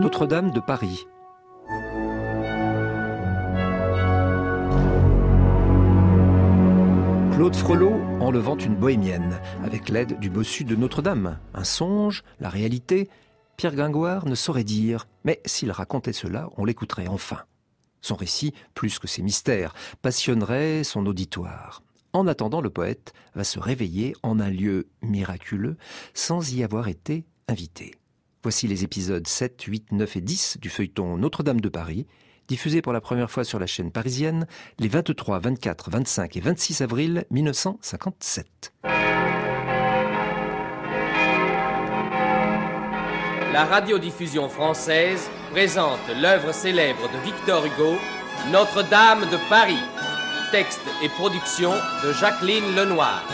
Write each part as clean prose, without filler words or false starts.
Notre-Dame de Paris. Claude Frelot enlevant une bohémienne, avec l'aide du bossu de Notre-Dame. Un songe, la réalité, Pierre Gringoire ne saurait dire, mais s'il racontait cela, on l'écouterait enfin. Son récit, plus que ses mystères, passionnerait son auditoire. En attendant, le poète va se réveiller en un lieu miraculeux, sans y avoir été invité. Voici les épisodes 7, 8, 9 et 10 du feuilleton Notre-Dame de Paris, diffusé pour la première fois sur la chaîne parisienne les 23, 24, 25 et 26 avril 1957. La radiodiffusion française présente l'œuvre célèbre de Victor Hugo, Notre-Dame de Paris. Texte et production de Jacqueline Lenoir.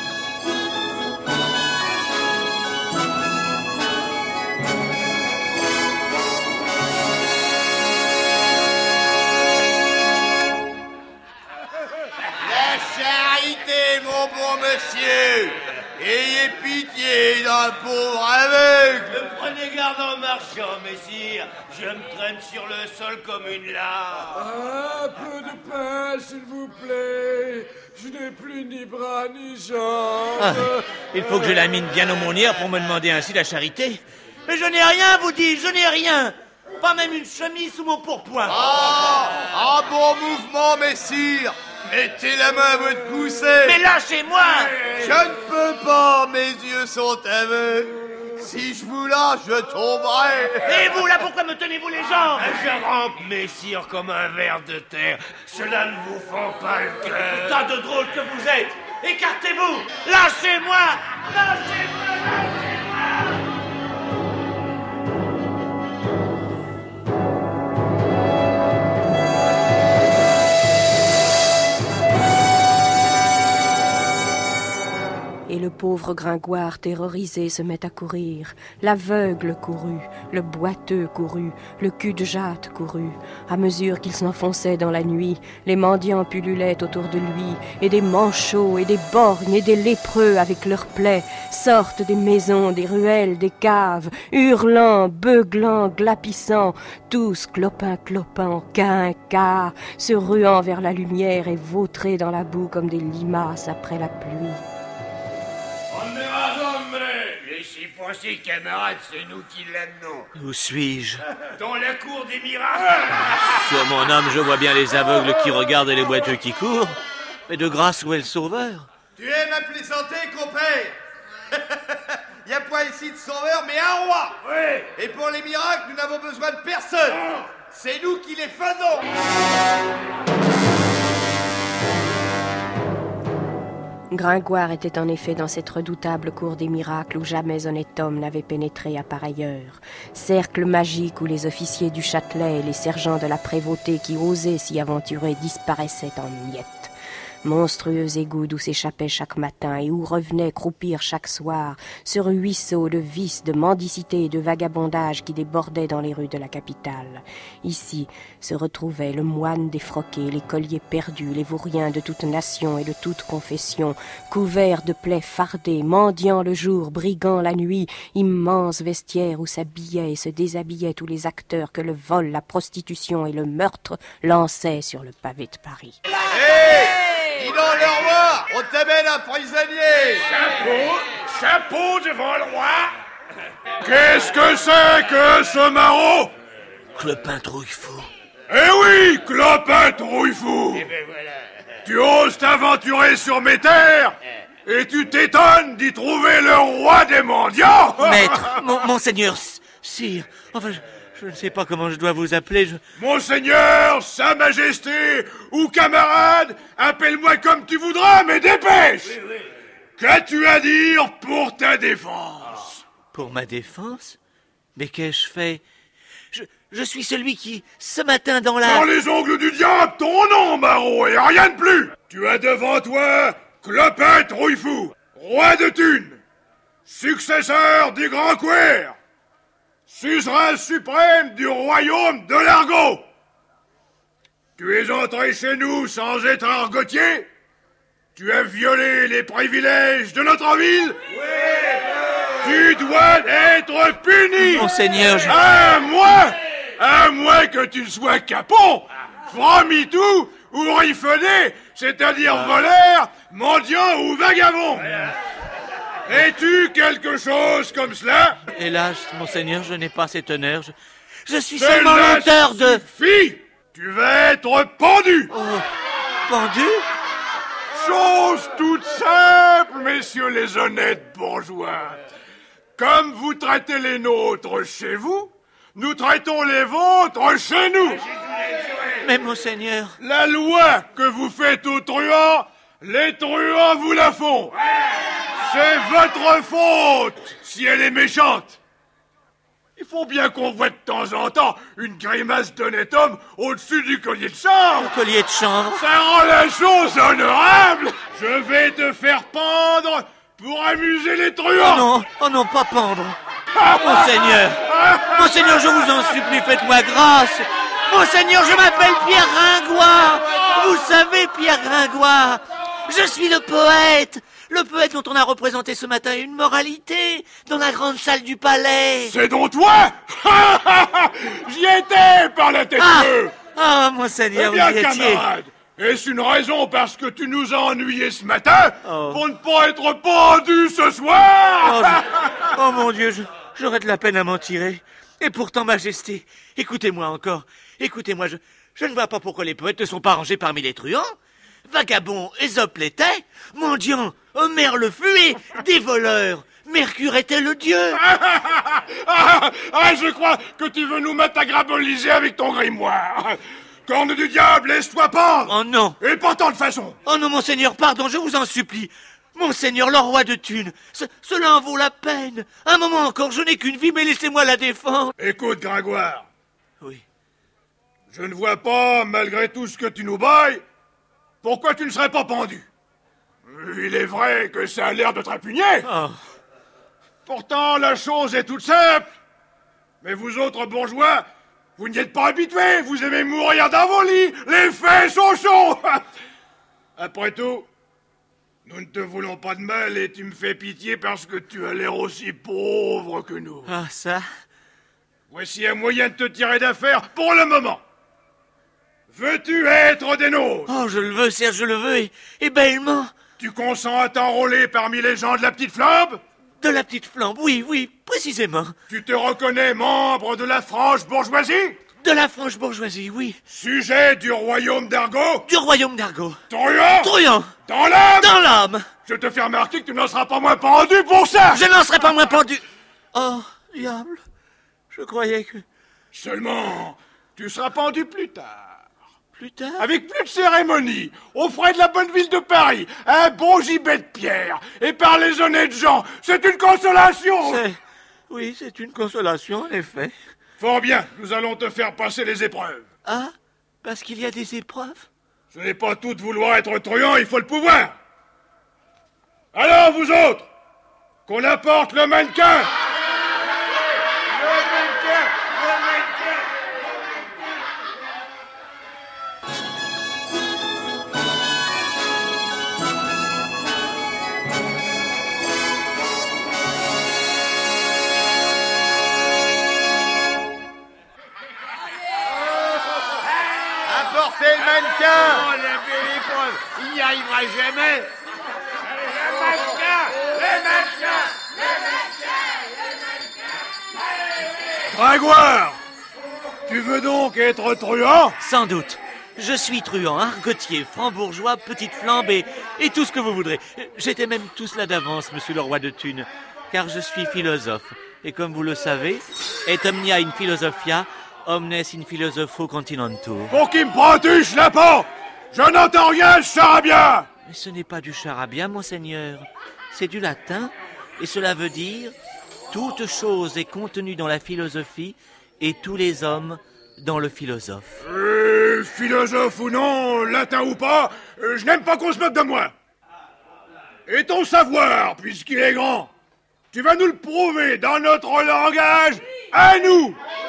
Mon bon monsieur, ayez pitié d'un pauvre aveugle. Prenez garde en marchant, messire. Je me traîne sur le sol comme une larve. Un peu de pain, s'il vous plaît. Je n'ai plus ni bras ni jambes. Il faut que je la mine bien au monnière pour me demander ainsi la charité. Mais je n'ai rien, vous dis, je n'ai rien. Pas même une chemise sous mon pourpoint. Un bon mouvement, messire. Mettez la main à votre gousset. Mais lâchez-moi. Je ne peux pas, mes yeux sont aveugles. Si je vous lâche, je tomberai. Et vous, là, pourquoi me tenez-vous les jambes? Je rampe, messire, comme un ver de terre. Cela ne vous fend pas le cœur. Tant de drôles que vous êtes. Écartez-vous. Lâchez-moi. Lâchez-moi, lâchez-moi. Et le pauvre Gringoire, terrorisé, se met à courir. L'aveugle courut, le boiteux courut, le cul-de-jatte courut. À mesure qu'il s'enfonçait dans la nuit, les mendiants pullulaient autour de lui, et des manchots, et des borgnes, et des lépreux avec leurs plaies sortent des maisons, des ruelles, des caves, hurlant, beuglant, glapissant, tous clopin-clopin, quin-quin, se ruant vers la lumière et vautrés dans la boue comme des limaces après la pluie. Laissez penser, camarades, c'est nous qui l'amenons. Où suis-je? Dans la cour des miracles. Sur mon âme, je vois bien les aveugles qui regardent et les boiteux qui courent. Mais de grâce, où est le sauveur? Tu aimes à plaisanter, compère? Il n'y a pas ici de sauveur, mais un roi. Oui. Et pour les miracles, nous n'avons besoin de personne. C'est nous qui les faisons. Gringoire était en effet dans cette redoutable cour des miracles où jamais honnête homme n'avait pénétré à pareille heure. Cercle magique où les officiers du Châtelet et les sergents de la prévôté qui osaient s'y aventurer disparaissaient en miettes. Monstrueux égout d'où s'échappait chaque matin et où revenait croupir chaque soir ce ruisseau de vice, de mendicité et de vagabondage qui débordait dans les rues de la capitale. Ici se retrouvaient le moine défroqué, les colliers perdus, les vauriens de toute nation et de toute confession, couverts de plaies fardées, mendiants le jour, brigands la nuit, immense vestiaire où s'habillaient et se déshabillaient tous les acteurs que le vol, la prostitution et le meurtre lançaient sur le pavé de Paris. Dis donc, le roi, on t'amène un prisonnier. Chapeau devant le roi. Qu'est-ce que c'est que ce maraud? Clopin Trouillefou. Eh oui, Clopin Trouillefou. Et ben voilà. Tu oses t'aventurer sur mes terres et tu t'étonnes d'y trouver le roi des mendiants. Maître, monseigneur, sire, enfin, je ne sais pas comment je dois vous appeler, Monseigneur, sa majesté ou camarade, appelle-moi comme tu voudras, mais dépêche. Oui. Qu'as-tu à dire pour ta défense? Pour ma défense? Mais qu'ai-je fait? Je suis celui qui, ce matin dans Dans les ongles du diable, ton nom, maraud, et rien de plus. Tu as devant toi Clopin Trouillefou, roi de Thunes, successeur du grand Couer, suzerain suprême du royaume de l'Argot. Tu es entré chez nous sans être argotier? Tu as violé les privilèges de notre ville? Oui. Tu dois être puni. Monseigneur, je... À moins que tu sois capon, franc-mitou ou riffonné, c'est-à-dire voleur, mendiant ou vagabond. Es-tu quelque chose comme cela? Hélas, monseigneur, je n'ai pas cet honneur. Je suis seulement l'auteur de... Suffit. Tu vas être pendu. Oh, pendu? Chose toute simple, messieurs les honnêtes bourgeois. Comme vous traitez les nôtres chez vous, nous traitons les vôtres chez nous. Mais monseigneur... La loi que vous faites aux truands, les truands vous la font. C'est votre faute si elle est méchante. Il faut bien qu'on voie de temps en temps une grimace d'honnête homme au-dessus du collier de chanvre. Le collier de chanvre? Ça rend la chose honorable. Je vais te faire pendre pour amuser les truands. Oh non, pas pendre. Monseigneur, monseigneur, je vous en supplie, faites-moi grâce. Monseigneur, je m'appelle Pierre Gringoire. Vous savez, Pierre Gringoire, je suis le poète dont on a représenté ce matin une moralité dans la grande salle du palais. C'est donc toi? J'y étais par la tête bleue. Ah, monseigneur, Eh bien, vous y étiez. camarade, est-ce une raison parce que tu nous as ennuyés ce matin pour ne pas être pendu ce soir? Oh mon Dieu, j'aurais de la peine à m'en tirer. Et pourtant, Majesté, écoutez-moi encore. Écoutez-moi, je ne vois pas pourquoi les poètes ne sont pas rangés parmi les truands. Vagabond, Ésope l'était. Mendiant, Homère le fut. Et des voleurs, Mercure était le dieu. Je crois que tu veux nous mettre à graboliser avec ton grimoire. Corne du diable, laisse-toi pendre. Oh non. Et pas tant de façon. Oh non, monseigneur, pardon, je vous en supplie. Monseigneur, le roi de Thunes, cela en vaut la peine. Un moment encore, je n'ai qu'une vie, mais laissez-moi la défendre. Écoute, Gringoire. Oui. Je ne vois pas, malgré tout ce que tu nous bailles, pourquoi tu ne serais pas pendu. Il est vrai que ça a l'air de te répugner. Oh. Pourtant, la chose est toute simple. Mais vous autres bourgeois, vous n'y êtes pas habitués. Vous aimez mourir dans vos lits. Les faits sont chauds. Après tout, nous ne te voulons pas de mal et tu me fais pitié parce que tu as l'air aussi pauvre que nous. Ah, ça? Voici un moyen de te tirer d'affaire pour le moment. Veux-tu être des nôtres? Oh, je le veux, Serge, je le veux, et bellement. Tu consens à t'enrôler parmi les gens de la Petite Flambe? De la Petite Flambe, oui, précisément. Tu te reconnais membre de la franche bourgeoisie? De la franche bourgeoisie, oui. Sujet du royaume d'Argot? Du royaume d'Argot. Truand? Truand. Dans l'âme? Dans l'âme. Je te fais remarquer que tu n'en seras pas moins pendu pour ça! Je n'en serai pas moins pendu. Oh, diable. Je croyais que... Seulement, tu seras pendu plus tard. Plus tard? Avec plus de cérémonie, aux frais de la bonne ville de Paris, un bon gibet de pierre, et par les honnêtes gens, c'est une consolation! Oui, c'est une consolation, en effet. Fort bien, nous allons te faire passer les épreuves. Ah, parce qu'il y a des épreuves? Ce n'est pas tout de vouloir être truand, il faut le pouvoir. Alors, vous autres, qu'on apporte le mannequin! Apportez le mannequin! Oh, la belle épreuve! Il n'y arrivera jamais! Gringoire! Tu veux donc être truand? Sans doute. Je suis truand, argotier, franc-bourgeois, petite flambe et tout ce que vous voudrez. J'étais même tout cela d'avance, monsieur le roi de Thunes, car je suis philosophe. Et comme vous le savez, et omnia in philosophia, omnes in philosopho continentur. Pour qui me prends-tu, schlapant? Je n'entends rien, charabia! Mais ce n'est pas du charabia, monseigneur. C'est du latin, et cela veut dire « toute chose est contenue dans la philosophie, et tous les hommes dans le philosophe. » Philosophe ou non, latin ou pas, je n'aime pas qu'on se moque de moi. Et ton savoir, puisqu'il est grand, tu vas nous le prouver dans notre langage à nous.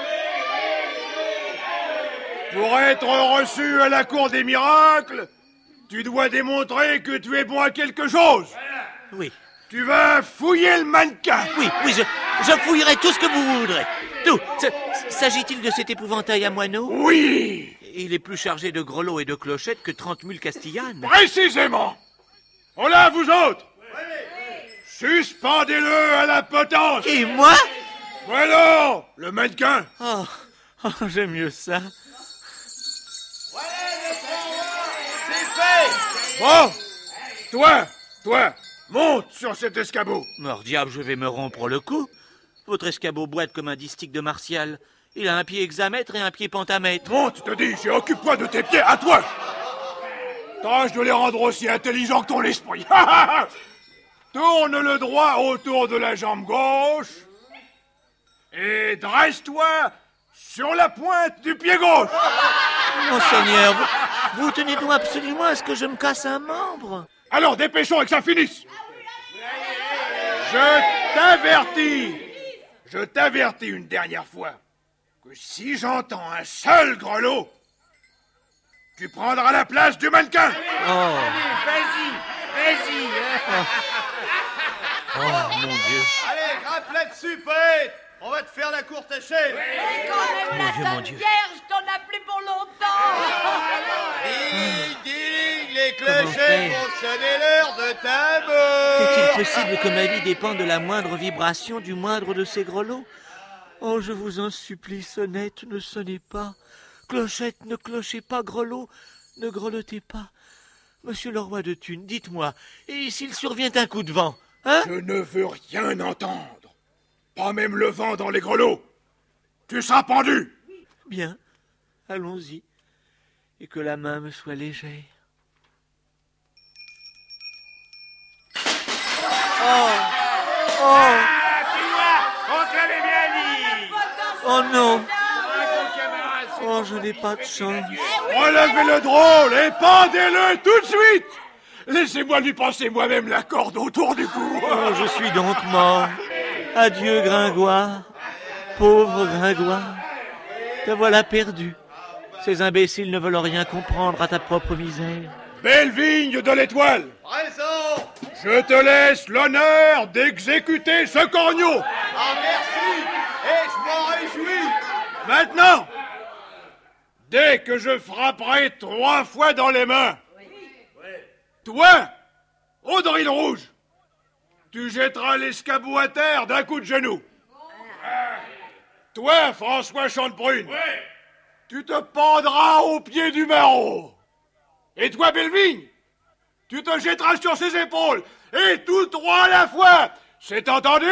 Pour être reçu à la cour des miracles, tu dois démontrer que tu es bon à quelque chose. Oui, Tu vas fouiller le mannequin. Oui, je fouillerai tout ce que vous voudrez. Tout. S'agit-il de cet épouvantail à moineaux? Oui. Il est plus chargé de grelots et de clochettes que 30 000 castillanes. Précisément. Oh là, vous autres. Suspendez-le à la potence. Et moi? Voilà, le mannequin. Oh, j'aime mieux ça. C'est fait. Bon, toi, monte sur cet escabeau. Mort diable, je vais me rompre le cou. Votre escabeau boite comme un distique de Martial. Il a un pied hexamètre et un pied pentamètre. Monte, te dis, occupe-toi de tes pieds, à toi. Tâche de les rendre aussi intelligents que ton esprit. Tourne le droit autour de la jambe gauche et dresse-toi sur la pointe du pied gauche. Monseigneur, vous tenez donc absolument à ce que je me casse un membre. Alors, dépêchons et que ça finisse. Je t'avertis une dernière fois que si j'entends un seul grelot, tu prendras la place du mannequin. Oh, Vas-y. oh mon Dieu. Allez, grimpe là-dessus, poète. On va te faire la courte échelle. Et quand même Mon la Dieu, mon Sainte Dieu. Vierge, t'en as plus pour longtemps. Ding, les Comment clochettes faire vont sonner l'heure de ta mort. Est-il possible que ma vie dépende de la moindre vibration du moindre de ces grelots? Oh, je vous en supplie, sonnette, ne sonnez pas. Clochette, ne clochez pas, grelot, ne grelottez pas. Monsieur le roi de Thunes, dites-moi, et s'il survient un coup de vent, hein? Je ne veux rien entendre. Pas même le vent dans les grelots. Tu seras pendu. Bien, allons-y, et que la main me soit légère. On te l'avait bien dit. Oh non! Oh, je n'ai pas de chance. Relevez le drôle et pendez-le tout de suite. Laissez-moi lui passer moi-même la corde autour du cou. Oh, je suis donc mort. Adieu, Gringoire. Pauvre Gringoire. Te voilà perdu. Ces imbéciles ne veulent rien comprendre à ta propre misère. Belle vigne de l'Étoile, Présent. je te laisse l'honneur d'exécuter ce corneau. Ah, merci. Et je m'en réjouis. Maintenant, dès que je frapperai 3 fois dans les mains, toi, Audrey Rouge, tu jetteras l'escabeau à terre d'un coup de genou. Toi, François Chantebrune, tu te pendras au pied du maraud. Et toi, Bellevigne, tu te jetteras sur ses épaules, et tous 3 à la fois. C'est entendu?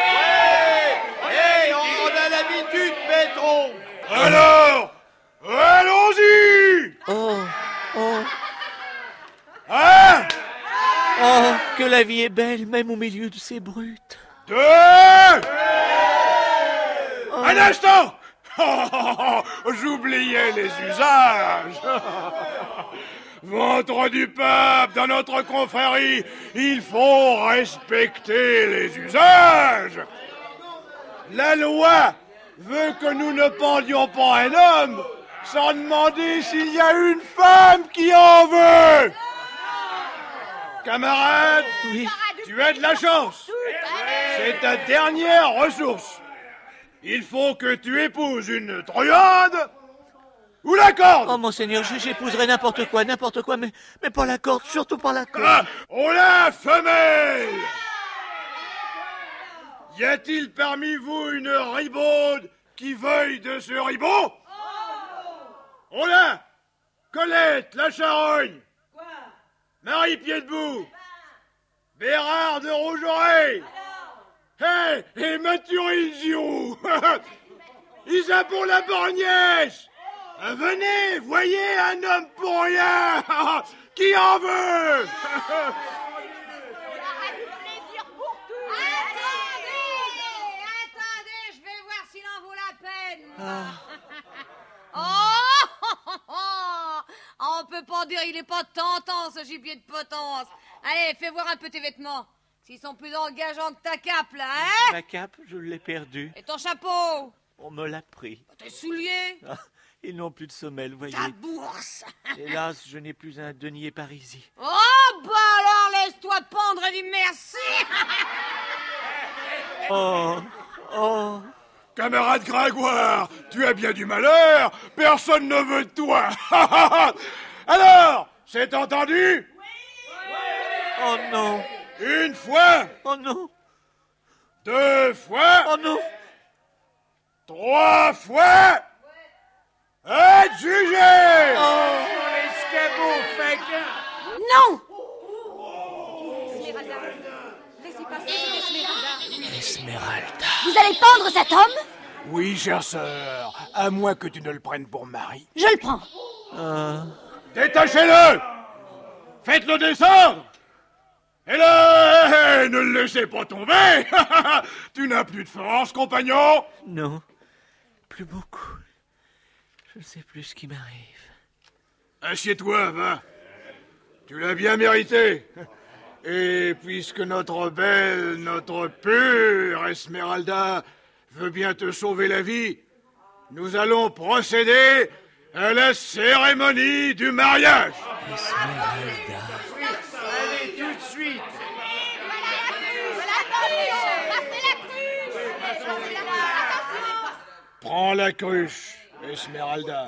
Hey, on a l'habitude, Pétron. Alors, allons-y! Oh, Un, oh, que la vie est belle, même au milieu de ces brutes. 2, un instant! J'oubliais les usages. Ventre du peuple, dans notre confrérie, il faut respecter les usages. La loi veut que nous ne pendions pas un homme sans demander s'il y a une femme qui en veut. Camarade, Oui, tu as de la chance. C'est ta dernière ressource. Il faut que tu épouses une truande ou la corde. oh monseigneur, j'épouserai n'importe quoi, mais pas la corde, surtout pas la corde. Ah, oh la femelle! Y a-t-il parmi vous une ribaude qui veuille de ce ribot? Oh là! Colette, la charogne! Marie Pied-Debout! Bérard de Rouge-Oreille! Et Mathurine Giroux! Isabeau la Borgnesse! Venez, voyez un homme pour rien! Qui en veut? Attendez, je vais voir s'il en vaut la peine. On peut pas dire il est pas tentant, ce gibier de potence. Allez, fais voir un peu tes vêtements. S'ils sont plus engageants que ta cape, là, hein? Ma cape, je l'ai perdue. Et ton chapeau? On me l'a pris. Tes souliers? Ah, ils n'ont plus de semelle, voyez. Ta bourse? Hélas, je n'ai plus un denier parisis. Oh, bah alors laisse-toi voit pendre et dit merci. Oh. Camarade Gringoire, tu as bien du malheur. Personne ne veut de toi. Alors, c'est entendu? Oh non. Une fois, Oh non. 2 fois, Oh non. 3 fois. Êtes jugé. Non. Esmeralda, laissez passer cette Esmeralda. Esmeralda. Vous allez pendre cet homme? Oui, chère sœur, à moins que tu ne le prennes pour mari. Je le prends. Détachez-le. Faites-le descendre. Et là, ne le laissez pas tomber. Tu n'as plus de force, compagnon. Non. Plus beaucoup. Je ne sais plus ce qui m'arrive. Assieds-toi, va. Tu l'as bien mérité. Et puisque notre belle, notre pure Esmeralda veut bien te sauver la vie, nous allons procéder à la cérémonie du mariage. Esmeralda. Allez, tout de suite. Prends la cruche, Esmeralda,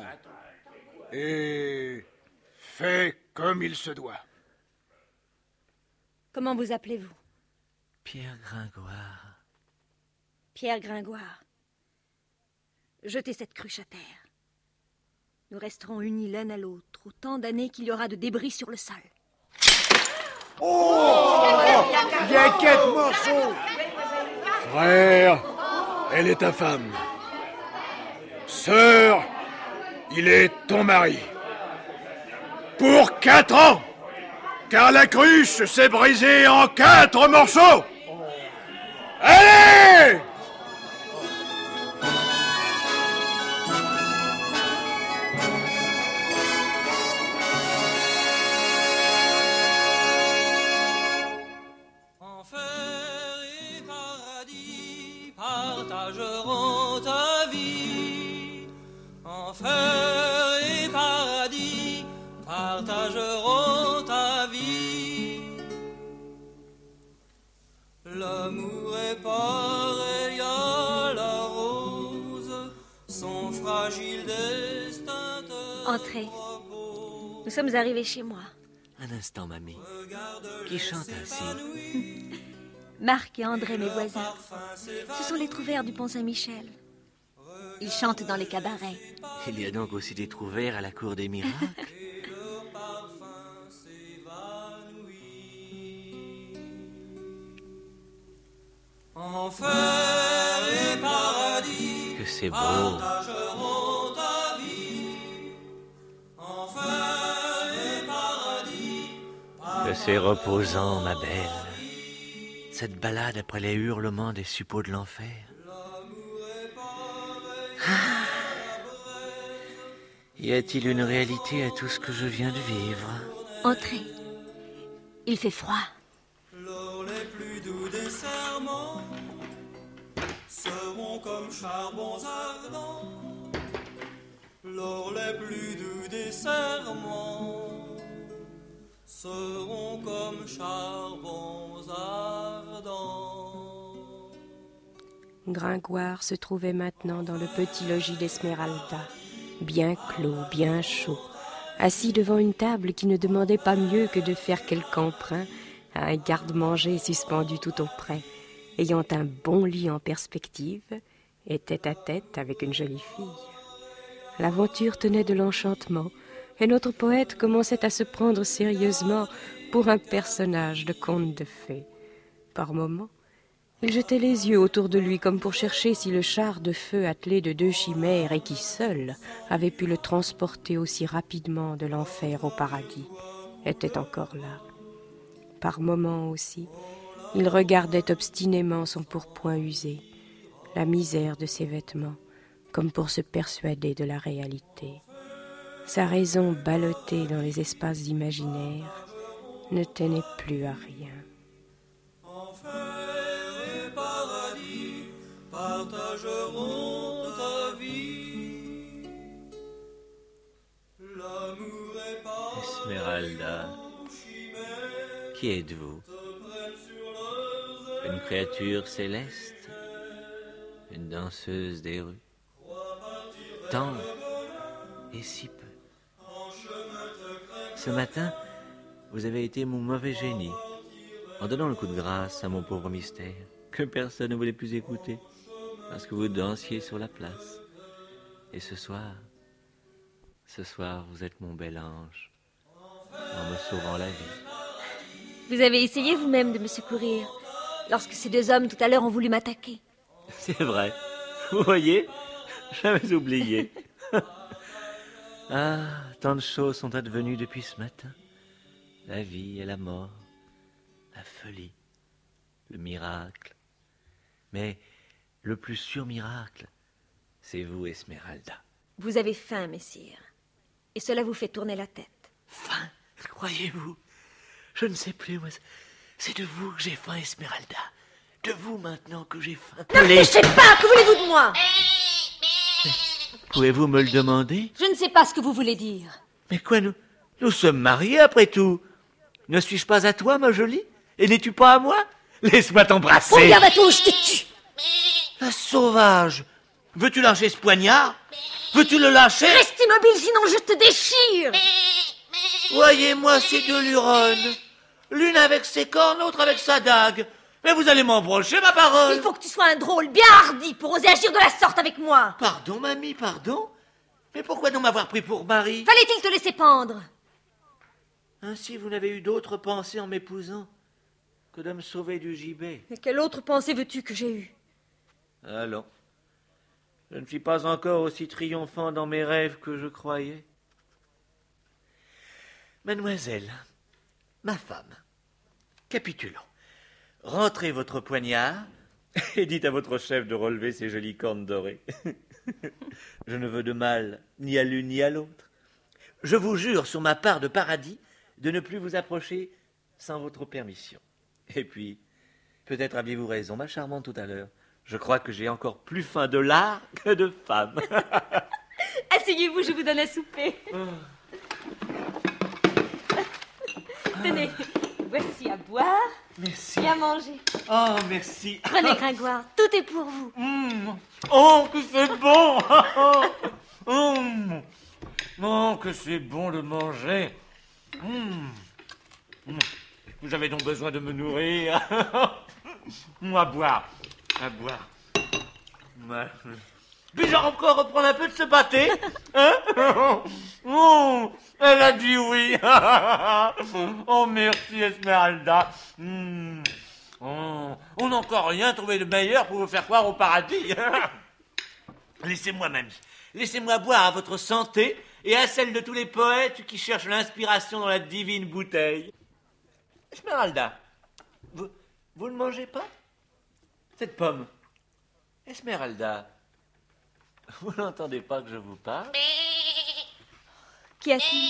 et fais comme il se doit. Comment vous appelez-vous? Pierre Gringoire. Pierre Gringoire. Jetez cette cruche à terre. Nous resterons unis l'un à l'autre autant d'années qu'il y aura de débris sur le sol. Il y a 4 morceaux. Frère, elle est ta femme. Sœur, il est ton mari. Pour 4 ans, car la cruche s'est brisée en 4 morceaux. Allez! Partageront ta vie. Enfer et paradis partageront ta vie. L'amour est pareil à la rose, son fragile destin te Entrez. repose. Nous sommes arrivés chez moi. Un instant, mamie. Qui chante ainsi? Marc et André, mes voisins. Ce sont les trouvères du Pont Saint-Michel. Ils chantent dans les cabarets. Il y a donc aussi des trouvères à la cour des miracles? Enfer et paradis Que c'est beau. partageront ta vie. Enfer et paradis Que c'est reposant, ma belle. Cette balade après les hurlements des suppôts de l'enfer. Ah. Y a-t-il une réalité à tout ce que je viens de vivre? Entrez. Il fait froid. L'or les plus doux des serments seront comme charbons ardents. L'or les plus doux des serments seront comme charbons ardents. Gringoire se trouvait maintenant dans le petit logis d'Esmeralda, bien clos, bien chaud, assis devant une table qui ne demandait pas mieux que de faire quelque emprunt à un garde-manger suspendu tout auprès, ayant un bon lit en perspective et tête à tête avec une jolie fille. L'aventure tenait de l'enchantement, et notre poète commençait à se prendre sérieusement pour un personnage de conte de fées. Par moments, il jetait les yeux autour de lui comme pour chercher si le char de feu attelé de 2 chimères et qui seul avait pu le transporter aussi rapidement de l'enfer au paradis était encore là. Par moments aussi, il regardait obstinément son pourpoint usé, la misère de ses vêtements, comme pour se persuader de la réalité. Sa raison ballottée dans les espaces imaginaires ne tenait plus à rien. Enfer et paradis partageront ta vie. L'amour est pareil Esmeralda, aux chimères qui êtes-vous? te une créature céleste, une danseuse des rues, tendre et si peu. Ce matin, vous avez été mon mauvais génie, en donnant le coup de grâce à mon pauvre mystère, que personne ne voulait plus écouter, parce que vous dansiez sur la place. Et ce soir, vous êtes mon bel ange, en me sauvant la vie. Vous avez essayé vous-même de me secourir, lorsque ces deux hommes tout à l'heure ont voulu m'attaquer. C'est vrai. Vous voyez, j'avais oublié. Ah, tant de choses sont advenues depuis ce matin. La vie et la mort, la folie, le miracle. Mais le plus sûr miracle, c'est vous, Esmeralda. Vous avez faim, messire, et cela vous fait tourner la tête. Faim, croyez-vous? Je ne sais plus, moi. C'est de vous que j'ai faim, Esmeralda. De vous maintenant que j'ai faim. Ne me touchez pas! Que voulez-vous de moi? Pouvez-vous me le demander? Je ne sais pas ce que vous voulez dire. Mais quoi, nous sommes mariés après tout. Ne suis-je pas à toi, ma jolie? Et n'es-tu pas à moi? Laisse-moi t'embrasser. Oh, bien, bateau, je te tue! La sauvage! Veux-tu lâcher ce poignard? Veux-tu le lâcher? Reste immobile, sinon je te déchire! Voyez-moi ces deux luronnes. L'une avec ses cornes, l'autre avec sa dague. Mais vous allez m'embrocher, ma parole. Il faut que tu sois un drôle bien hardi pour oser agir de la sorte avec moi. Pardon, mamie, pardon. Mais pourquoi donc m'avoir pris pour mari? Fallait-il te laisser pendre? Ainsi, vous n'avez eu d'autre pensée en m'épousant que de me sauver du gibet. Mais quelle autre pensée veux-tu que j'ai eue? Allons. Je ne suis pas encore aussi triomphant dans mes rêves que je croyais. Mademoiselle, ma femme, capitulons. Rentrez votre poignard et dites à votre chef de relever ses jolies cornes dorées. Je ne veux de mal ni à l'une ni à l'autre. Je vous jure sur ma part de paradis de ne plus vous approcher sans votre permission. Et puis, peut-être aviez-vous raison, ma charmante, tout à l'heure. Je crois que j'ai encore plus faim de lard que de femme. Asseyez-vous, je vous donne à souper. Tenez, voici à boire. Merci. Et à manger. Oh, merci. Prenez, Gringoire, tout est pour vous. Oh, que c'est bon. Oh, que c'est bon de manger. J'avais donc besoin de me nourrir. À boire. Puis-je encore reprendre un peu de ce pâté? Oh, elle a dit oui. Oh, merci, Esmeralda. On n'a encore rien trouvé de meilleur pour vous faire croire au paradis. Laissez-moi, mamie. Laissez-moi boire à votre santé et à celle de tous les poètes qui cherchent l'inspiration dans la divine bouteille. Esmeralda, vous ne mangez pas cette pomme? Esmeralda, vous n'entendez pas que je vous parle? Qu'y a-t-il?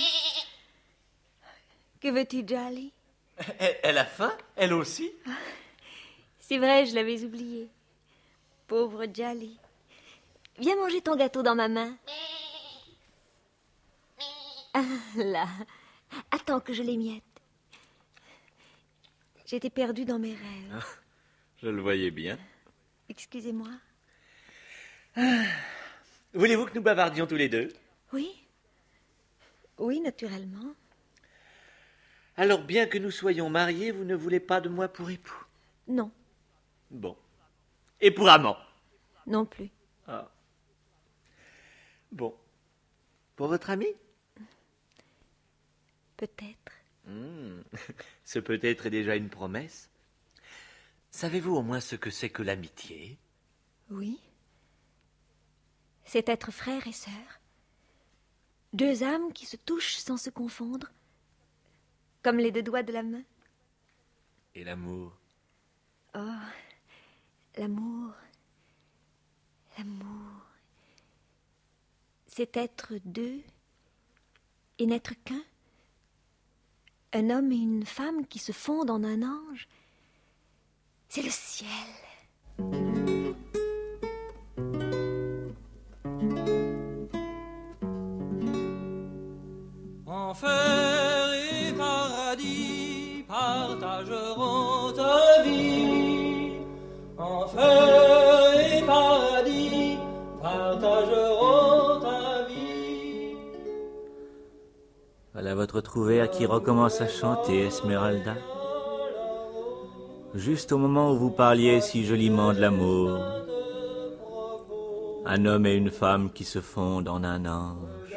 Que veux-tu, Jolly? Elle a faim, elle aussi? C'est vrai, je l'avais oublié. Pauvre Jolly. Viens manger ton gâteau dans ma main. Ah, là. Attends que je l'émiette. J'étais perdue dans mes rêves. Je le voyais bien. Excusez-moi. Voulez-vous que nous bavardions tous les deux? Oui. Oui, naturellement. Alors, bien que nous soyons mariés, vous ne voulez pas de moi pour époux? Non. Bon. Et pour amant? Non plus. Ah. Bon. Pour votre ami? Peut-être. Ce peut-être est déjà une promesse. Savez-vous au moins ce que c'est que l'amitié? Oui. C'est être frère et sœur. Deux âmes qui se touchent sans se confondre, comme les deux doigts de la main. Et l'amour? Oh, l'amour. L'amour. C'est être deux et n'être qu'un. Un homme et une femme qui se fondent en un ange. C'est le ciel. Enfer et paradis partageront ta vie. votre trouvère qui recommence à chanter, Esmeralda. Juste au moment où vous parliez si joliment de l'amour. Un homme et une femme qui se fondent en un ange.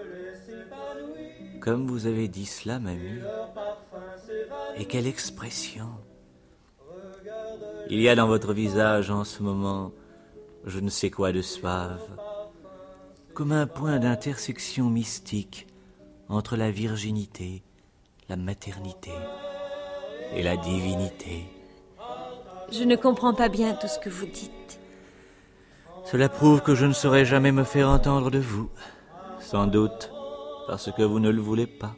Comme vous avez dit cela, mamie. Et quelle expression! Il y a dans votre visage en ce moment je ne sais quoi de suave, comme un point d'intersection mystique entre la virginité, la maternité et la divinité. Je ne comprends pas bien tout ce que vous dites. Cela prouve que je ne saurais jamais me faire entendre de vous, sans doute parce que vous ne le voulez pas.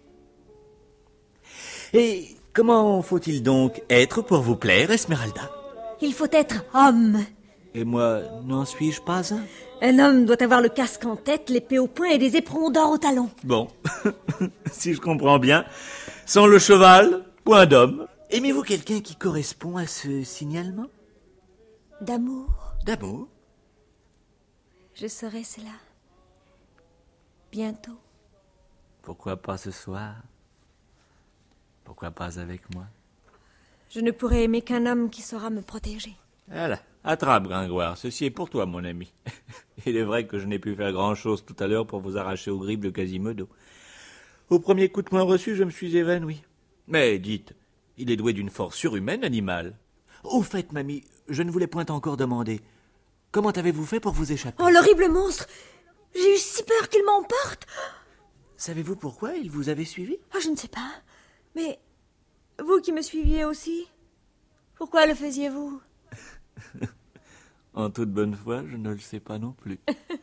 Et comment faut-il donc être pour vous plaire, Esmeralda? Il faut être homme. Et moi, n'en suis-je pas un? Un homme doit avoir le casque en tête, l'épée au poing et des éperons d'or au talon. Bon, si je comprends bien, sans le cheval, point d'homme. Aimez-vous quelqu'un qui correspond à ce signalement? D'amour. D'amour? Je saurai cela. Bientôt. Pourquoi pas ce soir? Pourquoi pas avec moi? Je ne pourrai aimer qu'un homme qui saura me protéger. Voilà, attrape, Gringoire. Ceci est pour toi, mon ami. Il est vrai que je n'ai pu faire grand-chose tout à l'heure pour vous arracher aux grippes de Quasimodo. Au premier coup de poing reçu, je me suis évanoui. Mais dites, il est doué d'une force surhumaine, l'animal. Au fait, mamie, je ne voulais point encore demander. Comment avez-vous fait pour vous échapper? Oh, l'horrible monstre! J'ai eu si peur qu'il m'emporte. Savez-vous pourquoi il vous avait suivi? Oh, je ne sais pas. Mais vous qui me suiviez aussi, pourquoi le faisiez-vous? En toute bonne foi, je ne le sais pas non plus.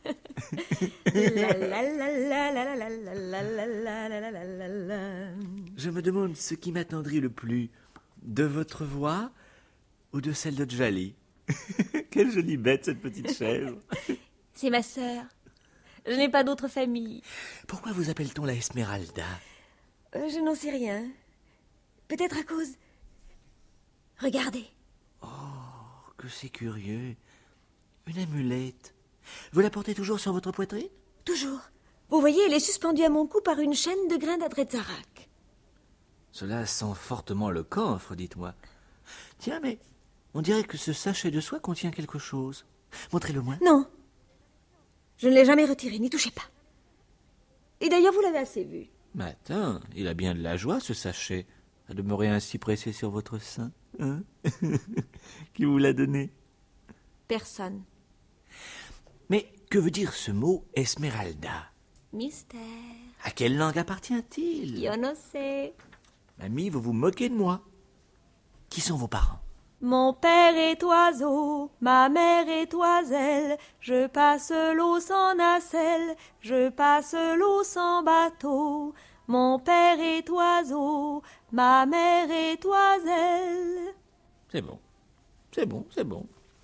Je me demande ce qui m'attendrit le plus, de votre voix ou de celle de Djali. Quelle jolie bête, cette petite chèvre. C'est ma sœur. Je n'ai pas d'autre famille. Pourquoi vous appelle-t-on la Esmeralda? Je n'en sais rien. Peut-être à cause... Regardez. Oh, que c'est curieux. Une amulette. Vous la portez toujours sur votre poitrine? Toujours. Vous voyez, elle est suspendue à mon cou par une chaîne de grains d'Adretzarak. Cela sent fortement le camphre, dites-moi. Tiens, mais on dirait que ce sachet de soie contient quelque chose. Montrez-le-moi. Non. Je ne l'ai jamais retiré, n'y touchez pas. Et d'ailleurs, vous l'avez assez vu. Mais attends, il a bien de la joie, ce sachet, à demeurer ainsi pressé sur votre sein. Hein? Qui vous l'a donné? Personne. Mais que veut dire ce mot Esmeralda? Mystère. À quelle langue appartient-il? Yo no sé. Mamie, vous vous moquez de moi. Qui sont vos parents? Mon père est oiseau, ma mère est oiselle, je passe l'eau sans nacelle, je passe l'eau sans bateau. Mon père est oiseau, ma mère est oiselle. C'est bon, c'est bon, c'est bon.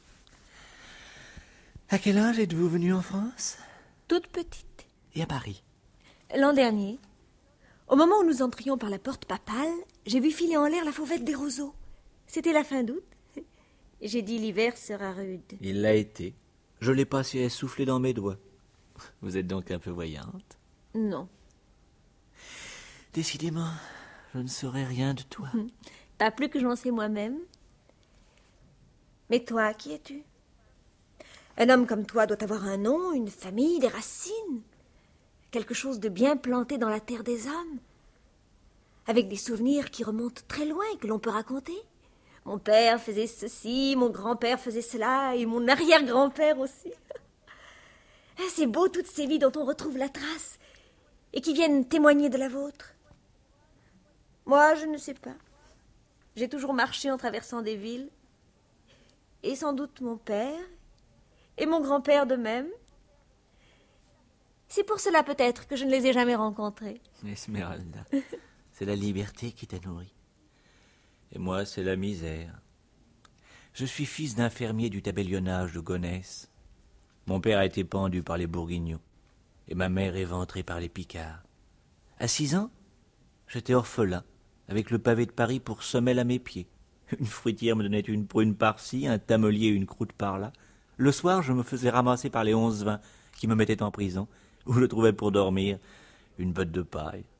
À quel âge êtes-vous venue en France? Toute petite. Et à Paris? L'an dernier. Au moment où nous entrions par la porte papale, j'ai vu filer en l'air la fauvette des roseaux. C'était la fin d'août. J'ai dit l'hiver sera rude. Il l'a été. Je l'ai passé à souffler dans mes doigts. Vous êtes donc un peu voyante? Non. Décidément, je ne saurais rien de toi. Pas plus que j'en sais moi-même. Mais toi, qui es-tu? Un homme comme toi doit avoir un nom, une famille, des racines. Quelque chose de bien planté dans la terre des hommes. Avec des souvenirs qui remontent très loin et que l'on peut raconter. Mon père faisait ceci, mon grand-père faisait cela, et mon arrière-grand-père aussi. C'est beau, toutes ces vies dont on retrouve la trace, et qui viennent témoigner de la vôtre. Moi, je ne sais pas. J'ai toujours marché en traversant des villes, et sans doute mon père, et mon grand-père de même. C'est pour cela peut-être que je ne les ai jamais rencontrés. Esmeralda, c'est la liberté qui t'a nourri. Et moi, c'est la misère. Je suis fils d'un fermier du tabellionnage de Gonesse. Mon père a été pendu par les Bourguignons, et ma mère éventrée par les Picards. À 6 ans, j'étais orphelin, avec le pavé de Paris pour semelle à mes pieds. Une fruitière me donnait une prune par-ci, un tamelier une croûte par-là. Le soir, je me faisais ramasser par les 11-20 qui me mettaient en prison, où je trouvais pour dormir une botte de paille.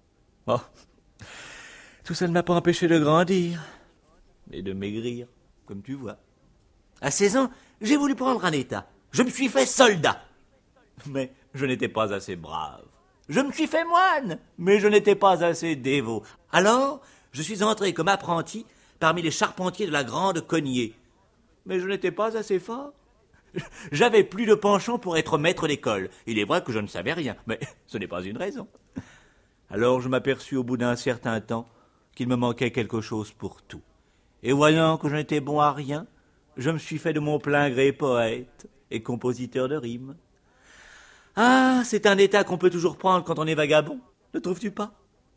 Oh, tout ça ne m'a pas empêché de grandir et de maigrir, comme tu vois. À 16 ans, j'ai voulu prendre un état. Je me suis fait soldat. Mais je n'étais pas assez brave. Je me suis fait moine, mais je n'étais pas assez dévot. Alors, je suis entré comme apprenti parmi les charpentiers de la Grande Cognée. Mais je n'étais pas assez fort. J'avais plus de penchant pour être maître d'école. Il est vrai que je ne savais rien, mais ce n'est pas une raison. Alors je m'aperçus au bout d'un certain temps qu'il me manquait quelque chose pour tout. Et voyant que je n'étais bon à rien, je me suis fait de mon plein gré poète et compositeur de rimes. Ah, c'est un état qu'on peut toujours prendre quand on est vagabond, ne trouves-tu pas?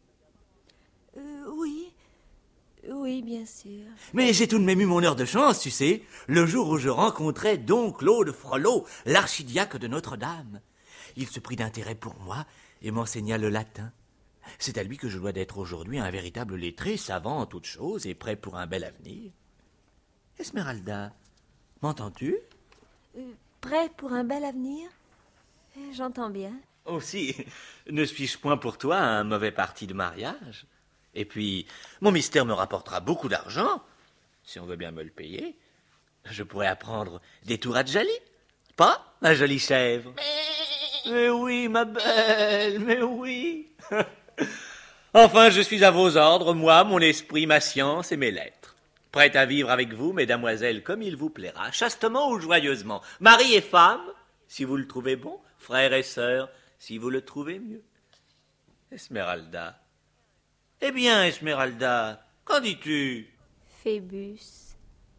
Oui, bien sûr. Mais j'ai tout de même eu mon heure de chance, tu sais, le jour où je rencontrai Don Claude Frollo, l'archidiacre de Notre-Dame. Il se prit d'intérêt pour moi et m'enseigna le latin. C'est à lui que je dois d'être aujourd'hui un véritable lettré, savant en toutes choses et prêt pour un bel avenir. Esmeralda, m'entends-tu? Prêt pour un bel avenir? J'entends bien. Aussi, ne suis-je point pour toi un mauvais parti de mariage? Et puis, mon mystère me rapportera beaucoup d'argent. Si on veut bien me le payer, je pourrais apprendre des tours à Djali. Pas, ma jolie chèvre? Mais oui, ma belle, mais oui. Enfin, je suis à vos ordres, moi, mon esprit, ma science et mes lettres. Prête à vivre avec vous, mesdamoiselles, comme il vous plaira, chastement ou joyeusement. Mari et femme, si vous le trouvez bon, frère et sœur, si vous le trouvez mieux. Esmeralda. Eh bien, Esmeralda, qu'en dis-tu? Phébus.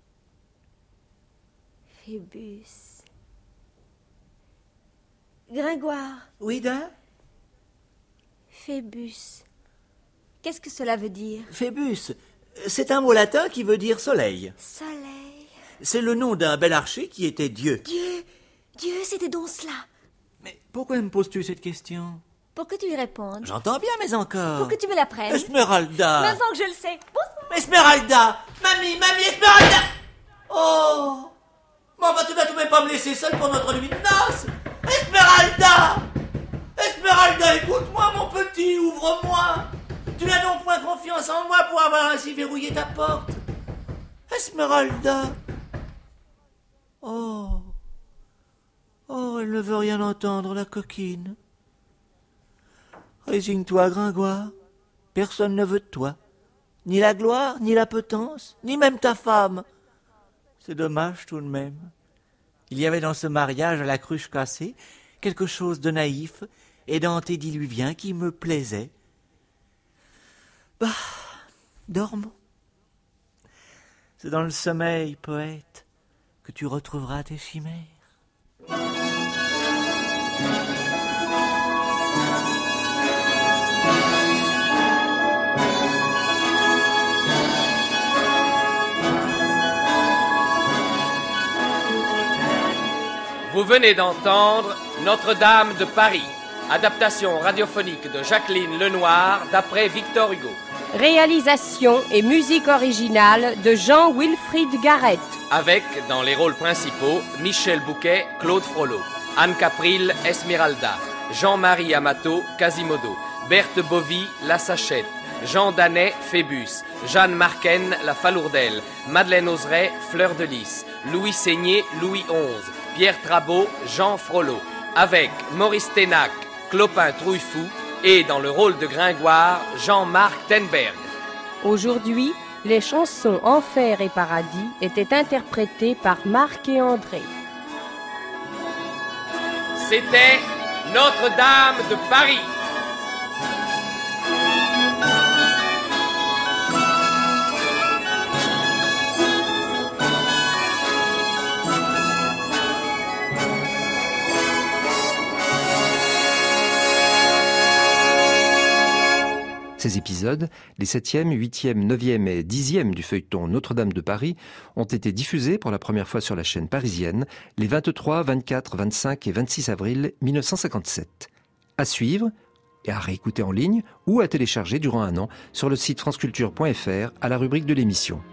Gringoire. Oui, da? Phébus. Qu'est-ce que cela veut dire? Phébus, c'est un mot latin qui veut dire soleil. Soleil. C'est le nom d'un bel archer qui était Dieu. Dieu, c'était donc cela. Mais pourquoi me poses-tu cette question? Pour que tu y répondes. J'entends bien, mais encore. Pour que tu me l'apprennes. Esmeralda. Maintenant que je le sais. Bonsoir. Esmeralda. Mamie, Esmeralda. Oh. Mais enfin, tu vas tout de même pas me laisser seule pour notre nuit de noces. Esmeralda. Esmeralda, écoute-moi, mon petit, ouvre-moi. Tu n'as donc point confiance en moi pour avoir ainsi verrouillé ta porte. Esmeralda. Oh, elle ne veut rien entendre, la coquine. Résigne-toi, Gringoire. Personne ne veut de toi. Ni la gloire, ni la potence, ni même ta femme. C'est dommage tout de même. Il y avait dans ce mariage à la cruche cassée quelque chose de naïf et d'antédiluvien qui me plaisait. Bah, dormons. C'est dans le sommeil, poète, que tu retrouveras tes chimères. Vous venez d'entendre Notre-Dame de Paris, adaptation radiophonique de Jacqueline Lenoir d'après Victor Hugo. Réalisation et musique originale de Jean-Wilfried Garrett. Avec, dans les rôles principaux, Michel Bouquet, Claude Frollo, Anne Capril, Esmeralda, Jean-Marie Amato, Quasimodo, Berthe Bovy, La Sachette, Jean Danet, Phébus, Jeanne Marquen, La Falourdelle, Madeleine Oseret, Fleur de Lys, Louis Seigné, Louis XI, Pierre Trabeau, Jean Frollo, avec Maurice Ténac, Clopin Trouillefou et dans le rôle de Gringoire, Jean-Marc Tenberg. Aujourd'hui, les chansons Enfer et Paradis étaient interprétées par Marc et André. C'était Notre-Dame de Paris. Ces épisodes, les 7e, 8e, 9e et 10e du feuilleton Notre-Dame de Paris, ont été diffusés pour la première fois sur la chaîne parisienne les 23, 24, 25 et 26 avril 1957. À suivre et à réécouter en ligne ou à télécharger durant un an sur le site franceculture.fr à la rubrique de l'émission.